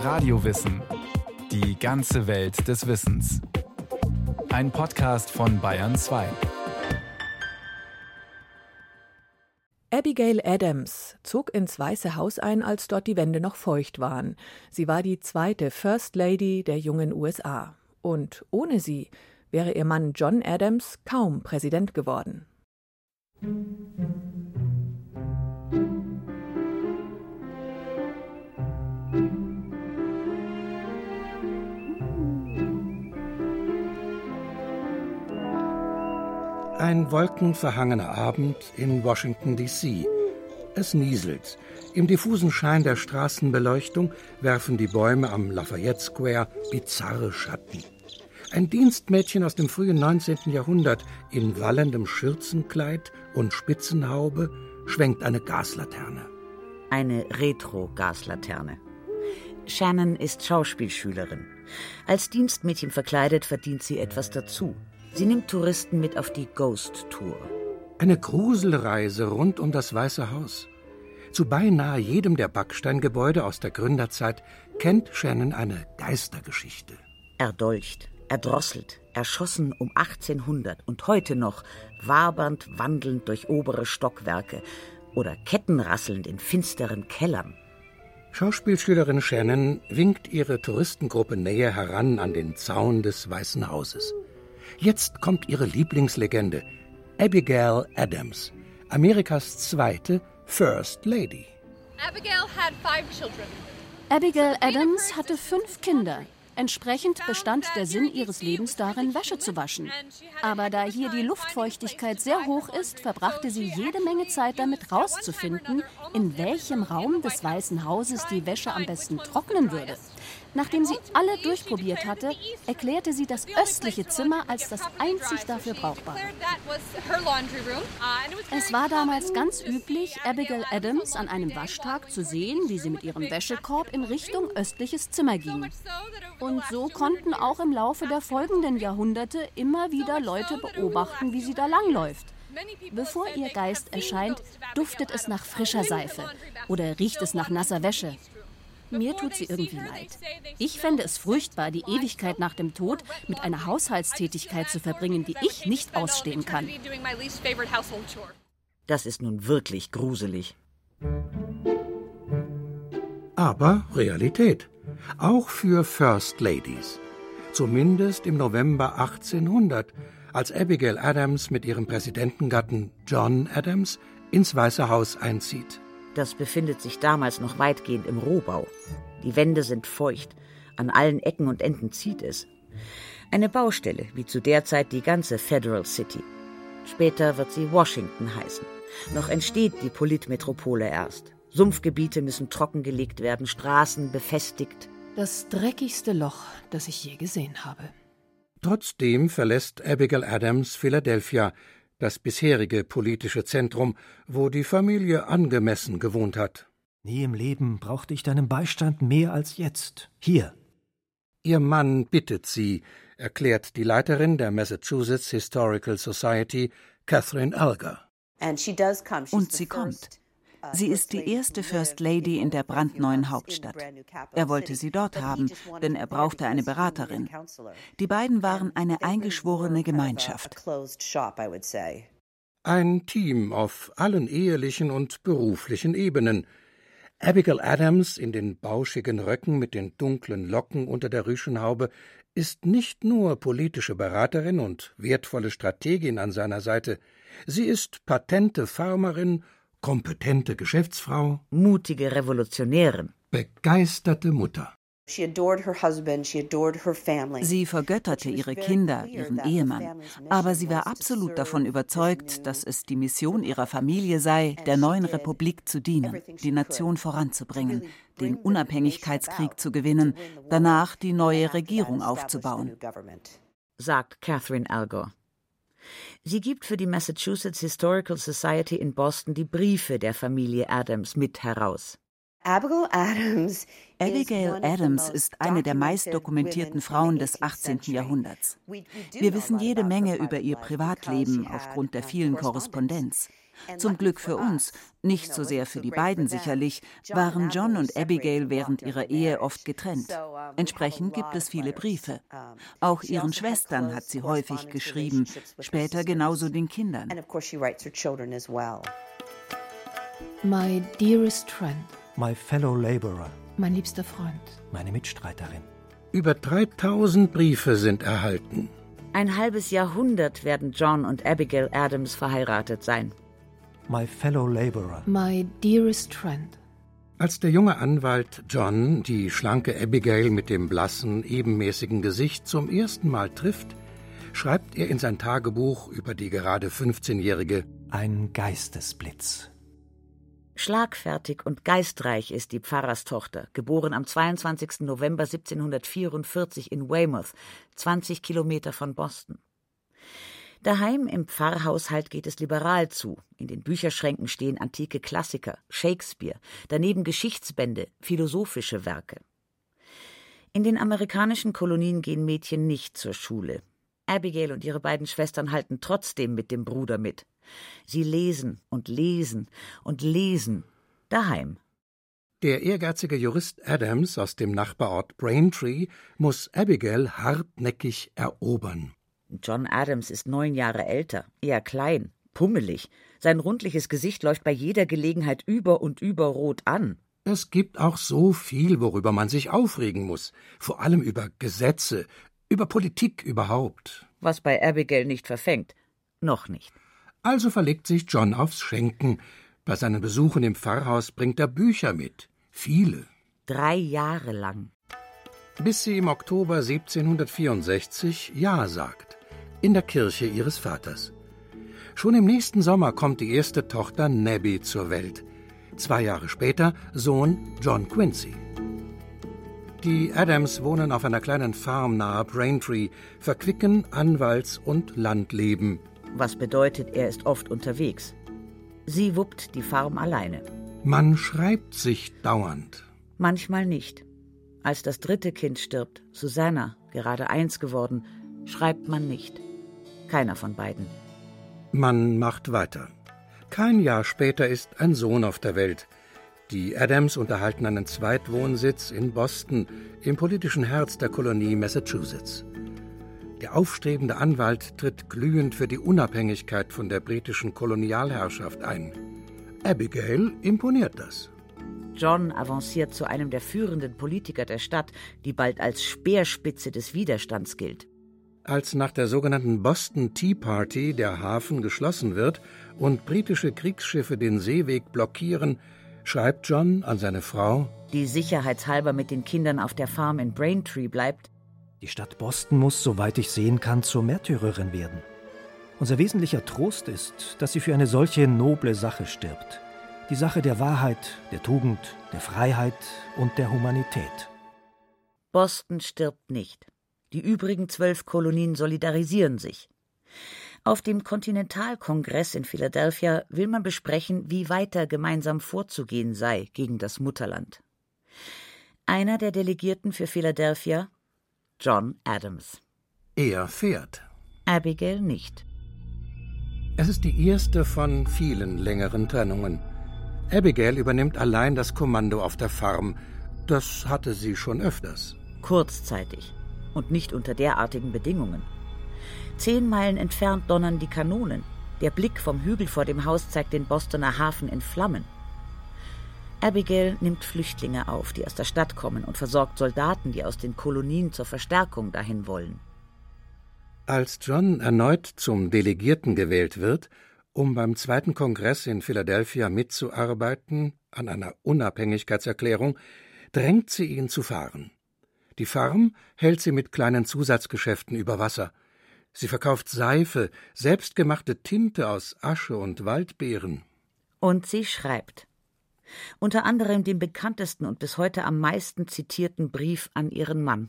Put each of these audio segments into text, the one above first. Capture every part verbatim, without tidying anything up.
Radiowissen. Die ganze Welt des Wissens. Ein Podcast von Bayern zwei. Abigail Adams zog ins Weiße Haus ein, als dort die Wände noch feucht waren. Sie war die zweite First Lady der jungen U S A. Und ohne sie wäre ihr Mann John Adams kaum Präsident geworden. Ein wolkenverhangener Abend in Washington D C. Es nieselt. Im diffusen Schein der Straßenbeleuchtung werfen die Bäume am Lafayette Square bizarre Schatten. Ein Dienstmädchen aus dem frühen neunzehnten Jahrhundert in wallendem Schürzenkleid und Spitzenhaube schwenkt eine Gaslaterne. Eine Retro-Gaslaterne. Shannon ist Schauspielschülerin. Als Dienstmädchen verkleidet verdient sie etwas dazu. Sie nimmt Touristen mit auf die Ghost Tour. Eine Gruselreise rund um das Weiße Haus. Zu beinahe jedem der Backsteingebäude aus der Gründerzeit kennt Shannon eine Geistergeschichte. Erdolcht, erdrosselt, erschossen um achtzehnhundert und heute noch wabernd wandelnd durch obere Stockwerke oder kettenrasselnd in finsteren Kellern. Schauspielschülerin Shannon winkt ihre Touristengruppe näher heran an den Zaun des Weißen Hauses. Jetzt kommt ihre Lieblingslegende, Abigail Adams, Amerikas zweite First Lady. Abigail had five children. Abigail Adams hatte fünf Kinder. Entsprechend bestand der Sinn ihres Lebens darin, Wäsche zu waschen. Aber da hier die Luftfeuchtigkeit sehr hoch ist, verbrachte sie jede Menge Zeit damit, herauszufinden, in welchem Raum des Weißen Hauses die Wäsche am besten trocknen würde. Nachdem sie alle durchprobiert hatte, erklärte sie das östliche Zimmer als das einzig dafür brauchbare. Es war damals ganz üblich, Abigail Adams an einem Waschtag zu sehen, wie sie mit ihrem Wäschekorb in Richtung östliches Zimmer ging. Und so konnten auch im Laufe der folgenden Jahrhunderte immer wieder Leute beobachten, wie sie da langläuft. Bevor ihr Geist erscheint, duftet es nach frischer Seife oder riecht es nach nasser Wäsche. Mir tut sie irgendwie leid. Ich fände es furchtbar, die Ewigkeit nach dem Tod mit einer Haushaltstätigkeit zu verbringen, die ich nicht ausstehen kann. Das ist nun wirklich gruselig. Aber Realität. Auch für First Ladies. Zumindest im November achtzehnhundert, als Abigail Adams mit ihrem Präsidentengatten John Adams ins Weiße Haus einzieht. Das befindet sich damals noch weitgehend im Rohbau. Die Wände sind feucht, an allen Ecken und Enden zieht es. Eine Baustelle, wie zu der Zeit die ganze Federal City. Später wird sie Washington heißen. Noch entsteht die Politmetropole erst. Sumpfgebiete müssen trockengelegt werden, Straßen befestigt. Das dreckigste Loch, das ich je gesehen habe. Trotzdem verlässt Abigail Adams Philadelphia, das bisherige politische Zentrum, wo die Familie angemessen gewohnt hat. Nie im Leben brauchte ich deinen Beistand mehr als jetzt. Hier. Ihr Mann bittet sie, erklärt die Leiterin der Massachusetts Historical Society, Catherine Alger. Und sie kommt. Sie ist die erste First Lady in der brandneuen Hauptstadt. Er wollte sie dort haben, denn er brauchte eine Beraterin. Die beiden waren eine eingeschworene Gemeinschaft. Ein Team auf allen ehelichen und beruflichen Ebenen. Abigail Adams in den bauschigen Röcken mit den dunklen Locken unter der Rüschenhaube ist nicht nur politische Beraterin und wertvolle Strategin an seiner Seite. Sie ist patente Farmerin, kompetente Geschäftsfrau, mutige Revolutionärin, begeisterte Mutter. Sie vergötterte ihre Kinder, ihren Ehemann, aber sie war absolut davon überzeugt, dass es die Mission ihrer Familie sei, der neuen Republik zu dienen, die Nation voranzubringen, den Unabhängigkeitskrieg zu gewinnen, danach die neue Regierung aufzubauen, sagt Catherine Alger. Sie gibt für die Massachusetts Historical Society in Boston die Briefe der Familie Adams mit heraus. Abigail Adams ist eine der meist dokumentierten Frauen des achtzehnten Jahrhunderts. Wir wissen jede Menge über ihr Privatleben aufgrund der vielen Korrespondenz. Zum Glück für uns, nicht so sehr für die beiden sicherlich, waren John und Abigail während ihrer Ehe oft getrennt. Entsprechend gibt es viele Briefe. Auch ihren Schwestern hat sie häufig geschrieben, später genauso den Kindern. My dearest friend. My fellow laborer. Mein liebster Freund. Meine Mitstreiterin. Über dreitausend Briefe sind erhalten. Ein halbes Jahrhundert werden John und Abigail Adams verheiratet sein. My fellow laborer. My dearest friend. Als der junge Anwalt John die schlanke Abigail mit dem blassen, ebenmäßigen Gesicht zum ersten Mal trifft, schreibt er in sein Tagebuch über die gerade fünfzehnjährige: Ein Geistesblitz. Schlagfertig und geistreich ist die Pfarrerstochter, geboren am zweiundzwanzigsten November siebzehnhundertvierundvierzig in Weymouth, zwanzig Kilometer von Boston. Daheim im Pfarrhaushalt geht es liberal zu. In den Bücherschränken stehen antike Klassiker, Shakespeare, daneben Geschichtsbände, philosophische Werke. In den amerikanischen Kolonien gehen Mädchen nicht zur Schule. Abigail und ihre beiden Schwestern halten trotzdem mit dem Bruder mit. Sie lesen und lesen und lesen, daheim. Der ehrgeizige Jurist Adams aus dem Nachbarort Braintree muss Abigail hartnäckig erobern. John Adams ist neun Jahre älter, eher klein, pummelig. Sein rundliches Gesicht läuft bei jeder Gelegenheit über und über rot an. Es gibt auch so viel, worüber man sich aufregen muss. Vor allem über Gesetze, über Politik überhaupt. Was bei Abigail nicht verfängt. Noch nicht. Also verlegt sich John aufs Schenken. Bei seinen Besuchen im Pfarrhaus bringt er Bücher mit. Viele. Drei Jahre lang. Bis sie im Oktober siebzehnhundertvierundsechzig Ja sagt. In der Kirche ihres Vaters. Schon im nächsten Sommer kommt die erste Tochter Nabby zur Welt. Zwei Jahre später Sohn John Quincy. Die Adams wohnen auf einer kleinen Farm nahe Braintree, verquicken Anwalts- und Landleben. Was bedeutet, er ist oft unterwegs. Sie wuppt die Farm alleine. Man schreibt sich dauernd. Manchmal nicht. Als das dritte Kind stirbt, Susanna, gerade eins geworden, schreibt man nicht. Keiner von beiden. Man macht weiter. Kein Jahr später ist ein Sohn auf der Welt. Die Adams unterhalten einen Zweitwohnsitz in Boston, im politischen Herz der Kolonie Massachusetts. Der aufstrebende Anwalt tritt glühend für die Unabhängigkeit von der britischen Kolonialherrschaft ein. Abigail imponiert das. John avanciert zu einem der führenden Politiker der Stadt, die bald als Speerspitze des Widerstands gilt. Als nach der sogenannten Boston Tea Party der Hafen geschlossen wird und britische Kriegsschiffe den Seeweg blockieren, schreibt John an seine Frau, die sicherheitshalber mit den Kindern auf der Farm in Braintree bleibt: Die Stadt Boston muss, soweit ich sehen kann, zur Märtyrerin werden. Unser wesentlicher Trost ist, dass sie für eine solche noble Sache stirbt. Die Sache der Wahrheit, der Tugend, der Freiheit und der Humanität. Boston stirbt nicht. Die übrigen zwölf Kolonien solidarisieren sich. Auf dem Kontinentalkongress in Philadelphia will man besprechen, wie weiter gemeinsam vorzugehen sei gegen das Mutterland. Einer der Delegierten für Philadelphia: John Adams. Er fährt. Abigail nicht. Es ist die erste von vielen längeren Trennungen. Abigail übernimmt allein das Kommando auf der Farm. Das hatte sie schon öfters. Kurzzeitig und nicht unter derartigen Bedingungen. Zehn Meilen entfernt donnern die Kanonen. Der Blick vom Hügel vor dem Haus zeigt den Bostoner Hafen in Flammen. Abigail nimmt Flüchtlinge auf, die aus der Stadt kommen, und versorgt Soldaten, die aus den Kolonien zur Verstärkung dahin wollen. Als John erneut zum Delegierten gewählt wird, um beim zweiten Kongress in Philadelphia mitzuarbeiten an einer Unabhängigkeitserklärung, drängt sie ihn zu fahren. Die Farm hält sie mit kleinen Zusatzgeschäften über Wasser. Sie verkauft Seife, selbstgemachte Tinte aus Asche und Waldbeeren. Und sie schreibt. Unter anderem den bekanntesten und bis heute am meisten zitierten Brief an ihren Mann.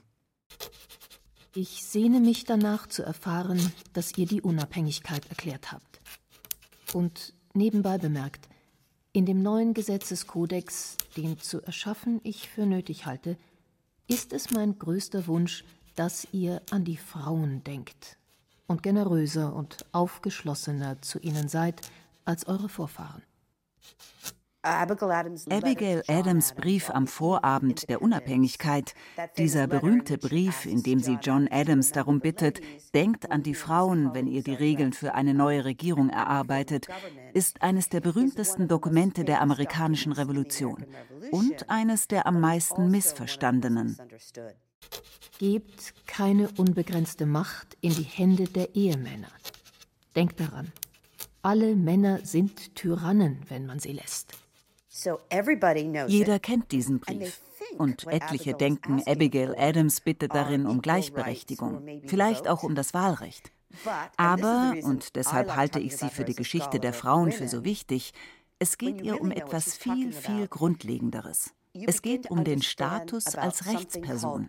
Ich sehne mich danach zu erfahren, dass ihr die Unabhängigkeit erklärt habt. Und nebenbei bemerkt, in dem neuen Gesetzeskodex, den zu erschaffen ich für nötig halte, ist es mein größter Wunsch, dass ihr an die Frauen denkt und generöser und aufgeschlossener zu ihnen seid, als eure Vorfahren. Abigail Adams' Brief am Vorabend der Unabhängigkeit, dieser berühmte Brief, in dem sie John Adams darum bittet, denkt an die Frauen, wenn ihr die Regeln für eine neue Regierung erarbeitet, ist eines der berühmtesten Dokumente der amerikanischen Revolution und eines der am meisten missverstandenen. Gebt keine unbegrenzte Macht in die Hände der Ehemänner. Denkt daran, alle Männer sind Tyrannen, wenn man sie lässt. Jeder kennt diesen Brief. Und etliche denken, Abigail Adams bittet darin um Gleichberechtigung, vielleicht auch um das Wahlrecht. Aber, und deshalb halte ich sie für die Geschichte der Frauen für so wichtig, es geht ihr um etwas viel, viel Grundlegenderes. Es geht um den Status als Rechtsperson.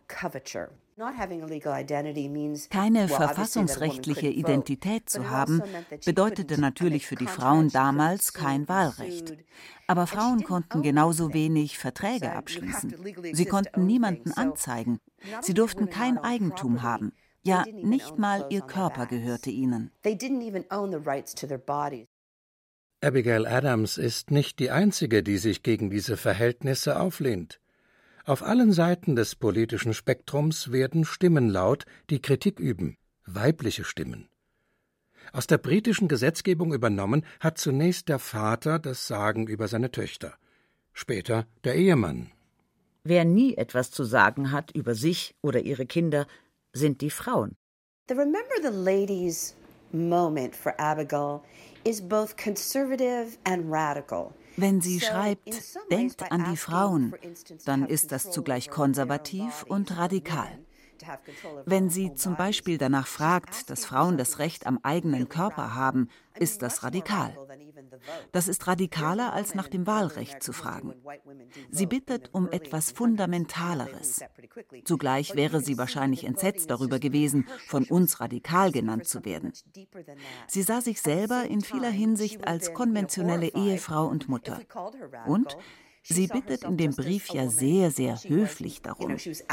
Keine verfassungsrechtliche Identität zu haben, bedeutete natürlich für die Frauen damals kein Wahlrecht. Aber Frauen konnten genauso wenig Verträge abschließen. Sie konnten niemanden anzeigen. Sie durften kein Eigentum haben. Ja, nicht mal ihr Körper gehörte ihnen. Abigail Adams ist nicht die einzige, die sich gegen diese Verhältnisse auflehnt. Auf allen Seiten des politischen Spektrums werden Stimmen laut, die Kritik üben, weibliche Stimmen. Aus der britischen Gesetzgebung übernommen hat zunächst der Vater das Sagen über seine Töchter, später der Ehemann. Wer nie etwas zu sagen hat über sich oder ihre Kinder, sind die Frauen. The Remember the Ladies moment for Abigail is both conservative and radical. Wenn sie schreibt, denkt an die Frauen, dann ist das zugleich konservativ und radikal. Wenn sie zum Beispiel danach fragt, dass Frauen das Recht am eigenen Körper haben, ist das radikal. Das ist radikaler, als nach dem Wahlrecht zu fragen. Sie bittet um etwas Fundamentaleres. Zugleich wäre sie wahrscheinlich entsetzt darüber gewesen, von uns radikal genannt zu werden. Sie sah sich selber in vieler Hinsicht als konventionelle Ehefrau und Mutter. Und sie bittet in dem Brief ja sehr, sehr höflich darum.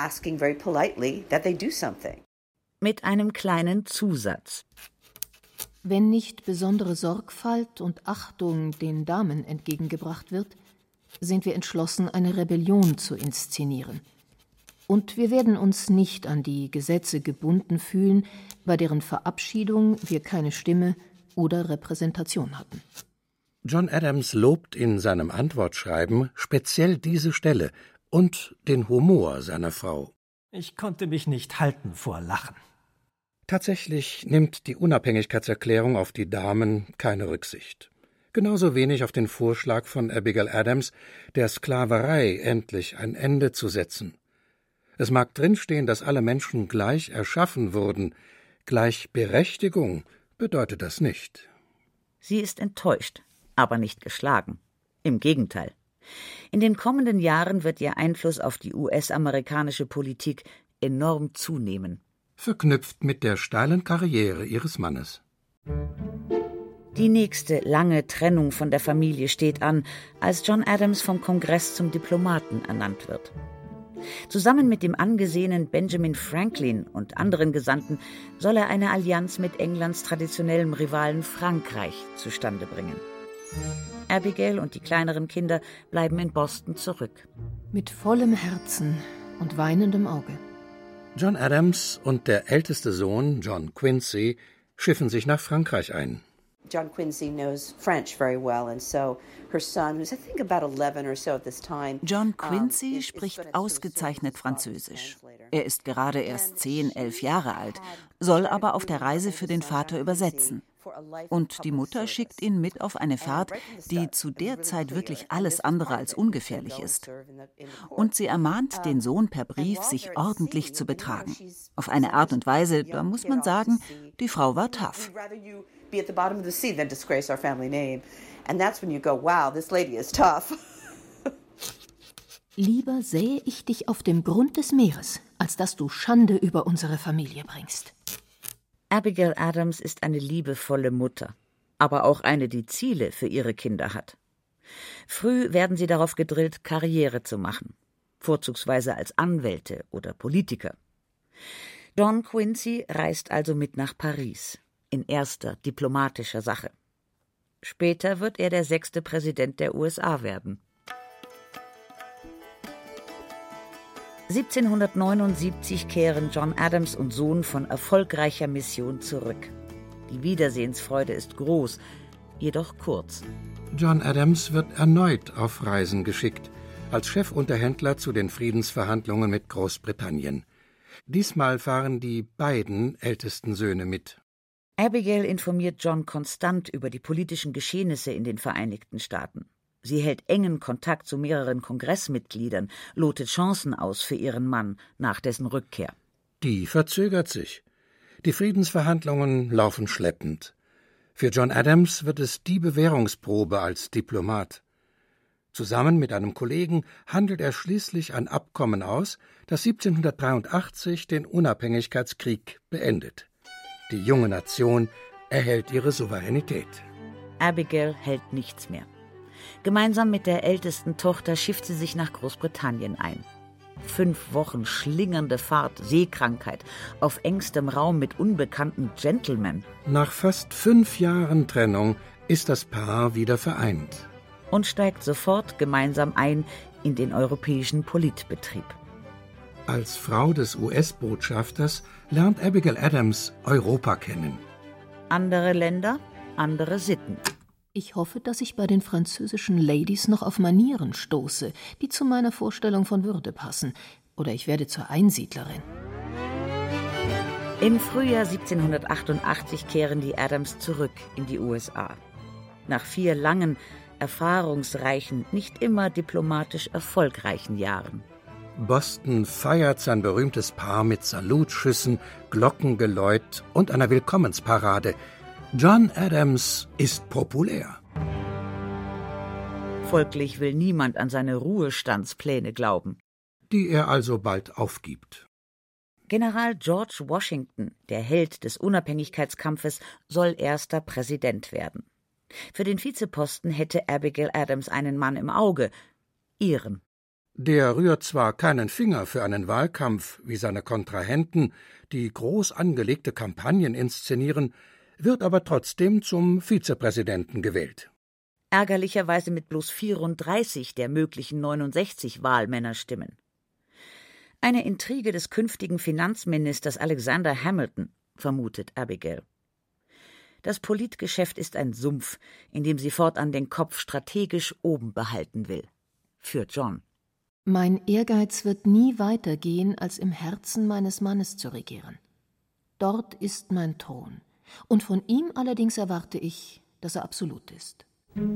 Mit einem kleinen Zusatz. Wenn nicht besondere Sorgfalt und Achtung den Damen entgegengebracht wird, sind wir entschlossen, eine Rebellion zu inszenieren. Und wir werden uns nicht an die Gesetze gebunden fühlen, bei deren Verabschiedung wir keine Stimme oder Repräsentation hatten. John Adams lobt in seinem Antwortschreiben speziell diese Stelle und den Humor seiner Frau. Ich konnte mich nicht halten vor Lachen. Tatsächlich nimmt die Unabhängigkeitserklärung auf die Damen keine Rücksicht. Genauso wenig auf den Vorschlag von Abigail Adams, der Sklaverei endlich ein Ende zu setzen. Es mag drinstehen, dass alle Menschen gleich erschaffen wurden. Gleichberechtigung bedeutet das nicht. Sie ist enttäuscht, aber nicht geschlagen. Im Gegenteil. In den kommenden Jahren wird ihr Einfluss auf die U S-amerikanische Politik enorm zunehmen. Verknüpft mit der steilen Karriere ihres Mannes. Die nächste lange Trennung von der Familie steht an, als John Adams vom Kongress zum Diplomaten ernannt wird. Zusammen mit dem angesehenen Benjamin Franklin und anderen Gesandten soll er eine Allianz mit Englands traditionellem Rivalen Frankreich zustande bringen. Abigail und die kleineren Kinder bleiben in Boston zurück. Mit vollem Herzen und weinendem Auge. John Adams und der älteste Sohn, John Quincy, schiffen sich nach Frankreich ein. John Quincy knows French very well, and so her son, who's I think about eleven or so at this time. John Quincy spricht ausgezeichnet Französisch. Er ist gerade erst zehn, elf Jahre alt, soll aber auf der Reise für den Vater übersetzen. Und die Mutter schickt ihn mit auf eine Fahrt, die zu der Zeit wirklich alles andere als ungefährlich ist. Und sie ermahnt den Sohn per Brief, sich ordentlich zu betragen. Auf eine Art und Weise, da muss man sagen, die Frau war tough. Lieber sähe ich dich auf dem Grund des Meeres, als dass du Schande über unsere Familie bringst. Abigail Adams ist eine liebevolle Mutter, aber auch eine, die Ziele für ihre Kinder hat. Früh werden sie darauf gedrillt, Karriere zu machen, vorzugsweise als Anwälte oder Politiker. John Quincy reist also mit nach Paris, in erster diplomatischer Sache. Später wird er der sechste Präsident der U S A werden. siebzehnhundertneunundsiebzig kehren John Adams und Sohn von erfolgreicher Mission zurück. Die Wiedersehensfreude ist groß, jedoch kurz. John Adams wird erneut auf Reisen geschickt, als Chefunterhändler zu den Friedensverhandlungen mit Großbritannien. Diesmal fahren die beiden ältesten Söhne mit. Abigail informiert John konstant über die politischen Geschehnisse in den Vereinigten Staaten. Sie hält engen Kontakt zu mehreren Kongressmitgliedern, lotet Chancen aus für ihren Mann nach dessen Rückkehr. Die verzögert sich. Die Friedensverhandlungen laufen schleppend. Für John Adams wird es die Bewährungsprobe als Diplomat. Zusammen mit einem Kollegen handelt er schließlich ein Abkommen aus, das siebzehnhundertdreiundachtzig den Unabhängigkeitskrieg beendet. Die junge Nation erhält ihre Souveränität. Abigail hält nichts mehr. Gemeinsam mit der ältesten Tochter schifft sie sich nach Großbritannien ein. Fünf Wochen schlingernde Fahrt, Seekrankheit, auf engstem Raum mit unbekannten Gentlemen. Nach fast fünf Jahren Trennung ist das Paar wieder vereint. Und steigt sofort gemeinsam ein in den europäischen Politbetrieb. Als Frau des U S-Botschafters lernt Abigail Adams Europa kennen. Andere Länder, andere Sitten. Ich hoffe, dass ich bei den französischen Ladies noch auf Manieren stoße, die zu meiner Vorstellung von Würde passen. Oder ich werde zur Einsiedlerin. Im Frühjahr siebzehnhundertachtundachtzig kehren die Adams zurück in die U S A. Nach vier langen, erfahrungsreichen, nicht immer diplomatisch erfolgreichen Jahren. Boston feiert sein berühmtes Paar mit Salutschüssen, Glockengeläut und einer Willkommensparade. John Adams ist populär. Folglich will niemand an seine Ruhestandspläne glauben. Die er also bald aufgibt. General George Washington, der Held des Unabhängigkeitskampfes, soll erster Präsident werden. Für den Vizeposten hätte Abigail Adams einen Mann im Auge, ihren. Der rührt zwar keinen Finger für einen Wahlkampf wie seine Kontrahenten, die groß angelegte Kampagnen inszenieren, wird aber trotzdem zum Vizepräsidenten gewählt. Ärgerlicherweise mit bloß vierunddreißig der möglichen neunundsechzig Wahlmännerstimmen. Eine Intrige des künftigen Finanzministers Alexander Hamilton, vermutet Abigail. Das Politgeschäft ist ein Sumpf, in dem sie fortan den Kopf strategisch oben behalten will. Für John. Mein Ehrgeiz wird nie weitergehen, als im Herzen meines Mannes zu regieren. Dort ist mein Thron. Und von ihm allerdings erwarte ich, dass er absolut ist.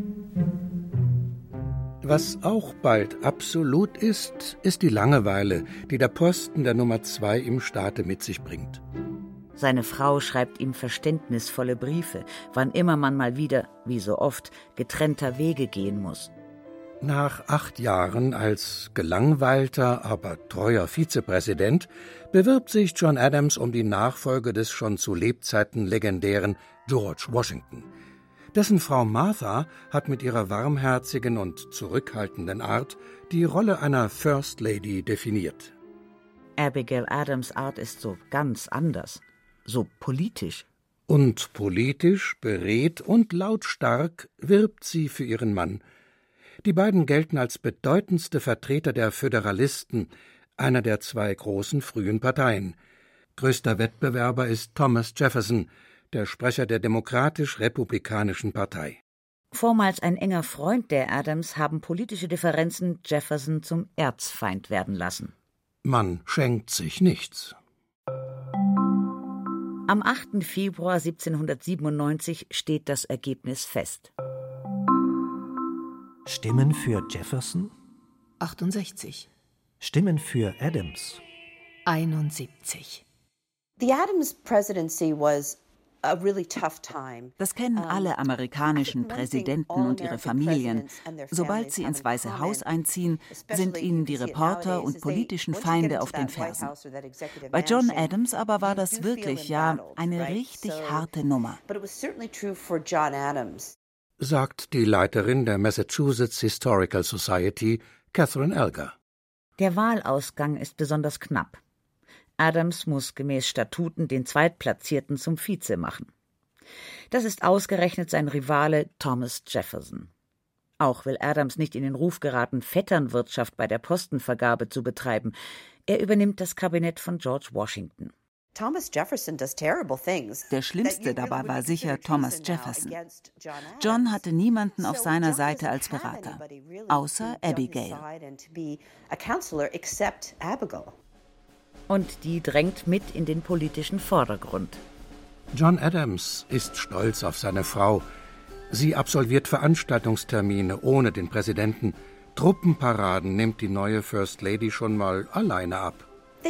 Was auch bald absolut ist, ist die Langeweile, die der Posten der Nummer zwei im Staate mit sich bringt. Seine Frau schreibt ihm verständnisvolle Briefe, wann immer man mal wieder, wie so oft, getrennter Wege gehen muss. Nach acht Jahren als gelangweilter, aber treuer Vizepräsident bewirbt sich John Adams um die Nachfolge des schon zu Lebzeiten legendären George Washington. Dessen Frau Martha hat mit ihrer warmherzigen und zurückhaltenden Art die Rolle einer First Lady definiert. Abigail Adams' Art ist so ganz anders, so politisch. Und politisch, beredt und lautstark wirbt sie für ihren Mann. Die beiden gelten als bedeutendste Vertreter der Föderalisten, einer der zwei großen frühen Parteien. Größter Wettbewerber ist Thomas Jefferson, der Sprecher der Demokratisch-Republikanischen Partei. Vormals ein enger Freund der Adams, haben politische Differenzen Jefferson zum Erzfeind werden lassen. Man schenkt sich nichts. Am achten Februar siebzehnhundertsiebenundneunzig steht das Ergebnis fest. Stimmen für Jefferson? achtundsechzig. Stimmen für Adams? einundsiebzig. The Adams presidency was a really tough time. Das kennen alle amerikanischen Präsidenten und ihre Familien. Sobald sie ins Weiße Haus einziehen, sind ihnen die Reporter und politischen Feinde auf den Fersen. Bei John Adams aber war das wirklich, ja, eine richtig harte Nummer. Sagt die Leiterin der Massachusetts Historical Society, Catherine Elgar. Der Wahlausgang ist besonders knapp. Adams muss gemäß Statuten den Zweitplatzierten zum Vize machen. Das ist ausgerechnet sein Rivale Thomas Jefferson. Auch will Adams nicht in den Ruf geraten, Vetternwirtschaft bei der Postenvergabe zu betreiben. Er übernimmt das Kabinett von George Washington. Der Schlimmste dabei war sicher Thomas Jefferson. John hatte niemanden auf seiner Seite als Berater, außer Abigail. Und die drängt mit in den politischen Vordergrund. John Adams ist stolz auf seine Frau. Sie absolviert Veranstaltungstermine ohne den Präsidenten. Truppenparaden nimmt die neue First Lady schon mal alleine ab.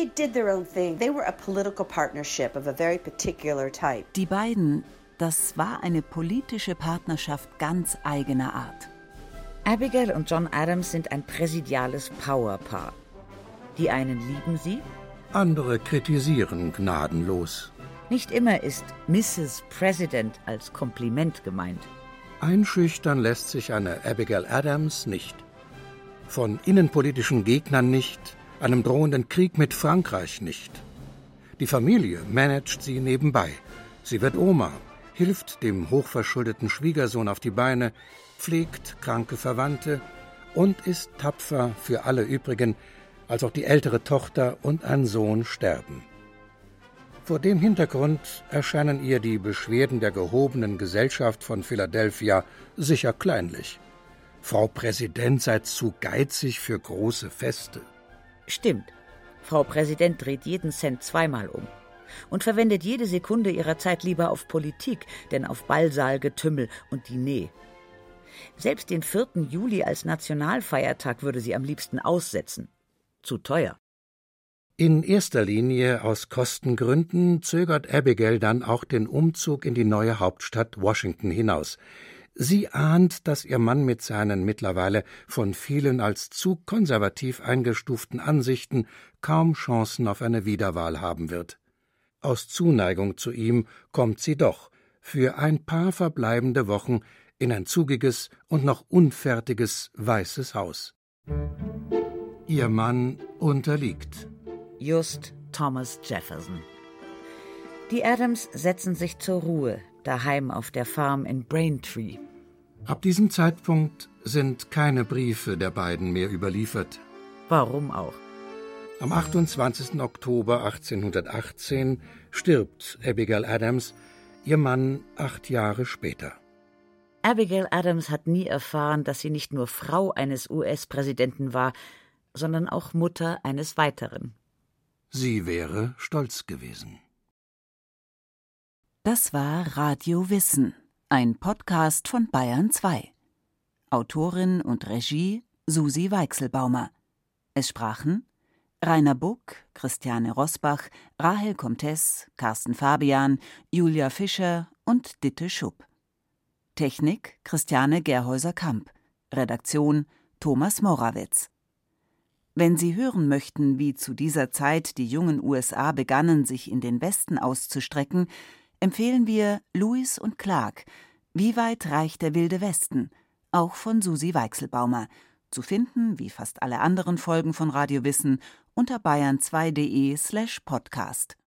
Die beiden, das war eine politische Partnerschaft ganz eigener Art. Abigail und John Adams sind ein präsidiales Powerpaar. Die einen lieben sie, andere kritisieren gnadenlos. Nicht immer ist Misses President als Kompliment gemeint. Einschüchtern lässt sich eine Abigail Adams nicht. Von innenpolitischen Gegnern nicht, einem drohenden Krieg mit Frankreich nicht. Die Familie managt sie nebenbei. Sie wird Oma, hilft dem hochverschuldeten Schwiegersohn auf die Beine, pflegt kranke Verwandte und ist tapfer für alle übrigen, als auch die ältere Tochter und ein Sohn sterben. Vor dem Hintergrund erscheinen ihr die Beschwerden der gehobenen Gesellschaft von Philadelphia sicher kleinlich. Frau Präsident sei zu geizig für große Feste. Stimmt. Frau Präsident dreht jeden Cent zweimal um und verwendet jede Sekunde ihrer Zeit lieber auf Politik, denn auf Ballsaalgetümmel und Diner. Selbst den vierten Juli als Nationalfeiertag würde sie am liebsten aussetzen. Zu teuer. In erster Linie aus Kostengründen zögert Abigail dann auch den Umzug in die neue Hauptstadt Washington hinaus. Sie ahnt, dass ihr Mann mit seinen mittlerweile von vielen als zu konservativ eingestuften Ansichten kaum Chancen auf eine Wiederwahl haben wird. Aus Zuneigung zu ihm kommt sie doch für ein paar verbleibende Wochen in ein zugiges und noch unfertiges Weißes Haus. Ihr Mann unterliegt. Just Thomas Jefferson. Die Adams setzen sich zur Ruhe, daheim auf der Farm in Braintree. Ab diesem Zeitpunkt sind keine Briefe der beiden mehr überliefert. Warum auch? Am achtundzwanzigsten Oktober achtzehnhundertachtzehn stirbt Abigail Adams, ihr Mann acht Jahre später. Abigail Adams hat nie erfahren, dass sie nicht nur Frau eines U S-Präsidenten war, sondern auch Mutter eines weiteren. Sie wäre stolz gewesen. Das war Radio Wissen, ein Podcast von Bayern zwei. Autorin und Regie Susi Weichselbaumer. Es sprachen Rainer Buck, Christiane Rosbach, Rahel Comtes, Carsten Fabian, Julia Fischer und Ditte Schupp. Technik Christiane Gerhäuser-Kamp. Redaktion Thomas Morawetz. Wenn Sie hören möchten, wie zu dieser Zeit die jungen U S A begannen, sich in den Westen auszustrecken, empfehlen wir Lewis und Clark, Wie weit reicht der wilde Westen? Auch von Susi Weichselbaumer. Zu finden, wie fast alle anderen Folgen von Radio Wissen, unter bayern zwei punkt de slash podcast.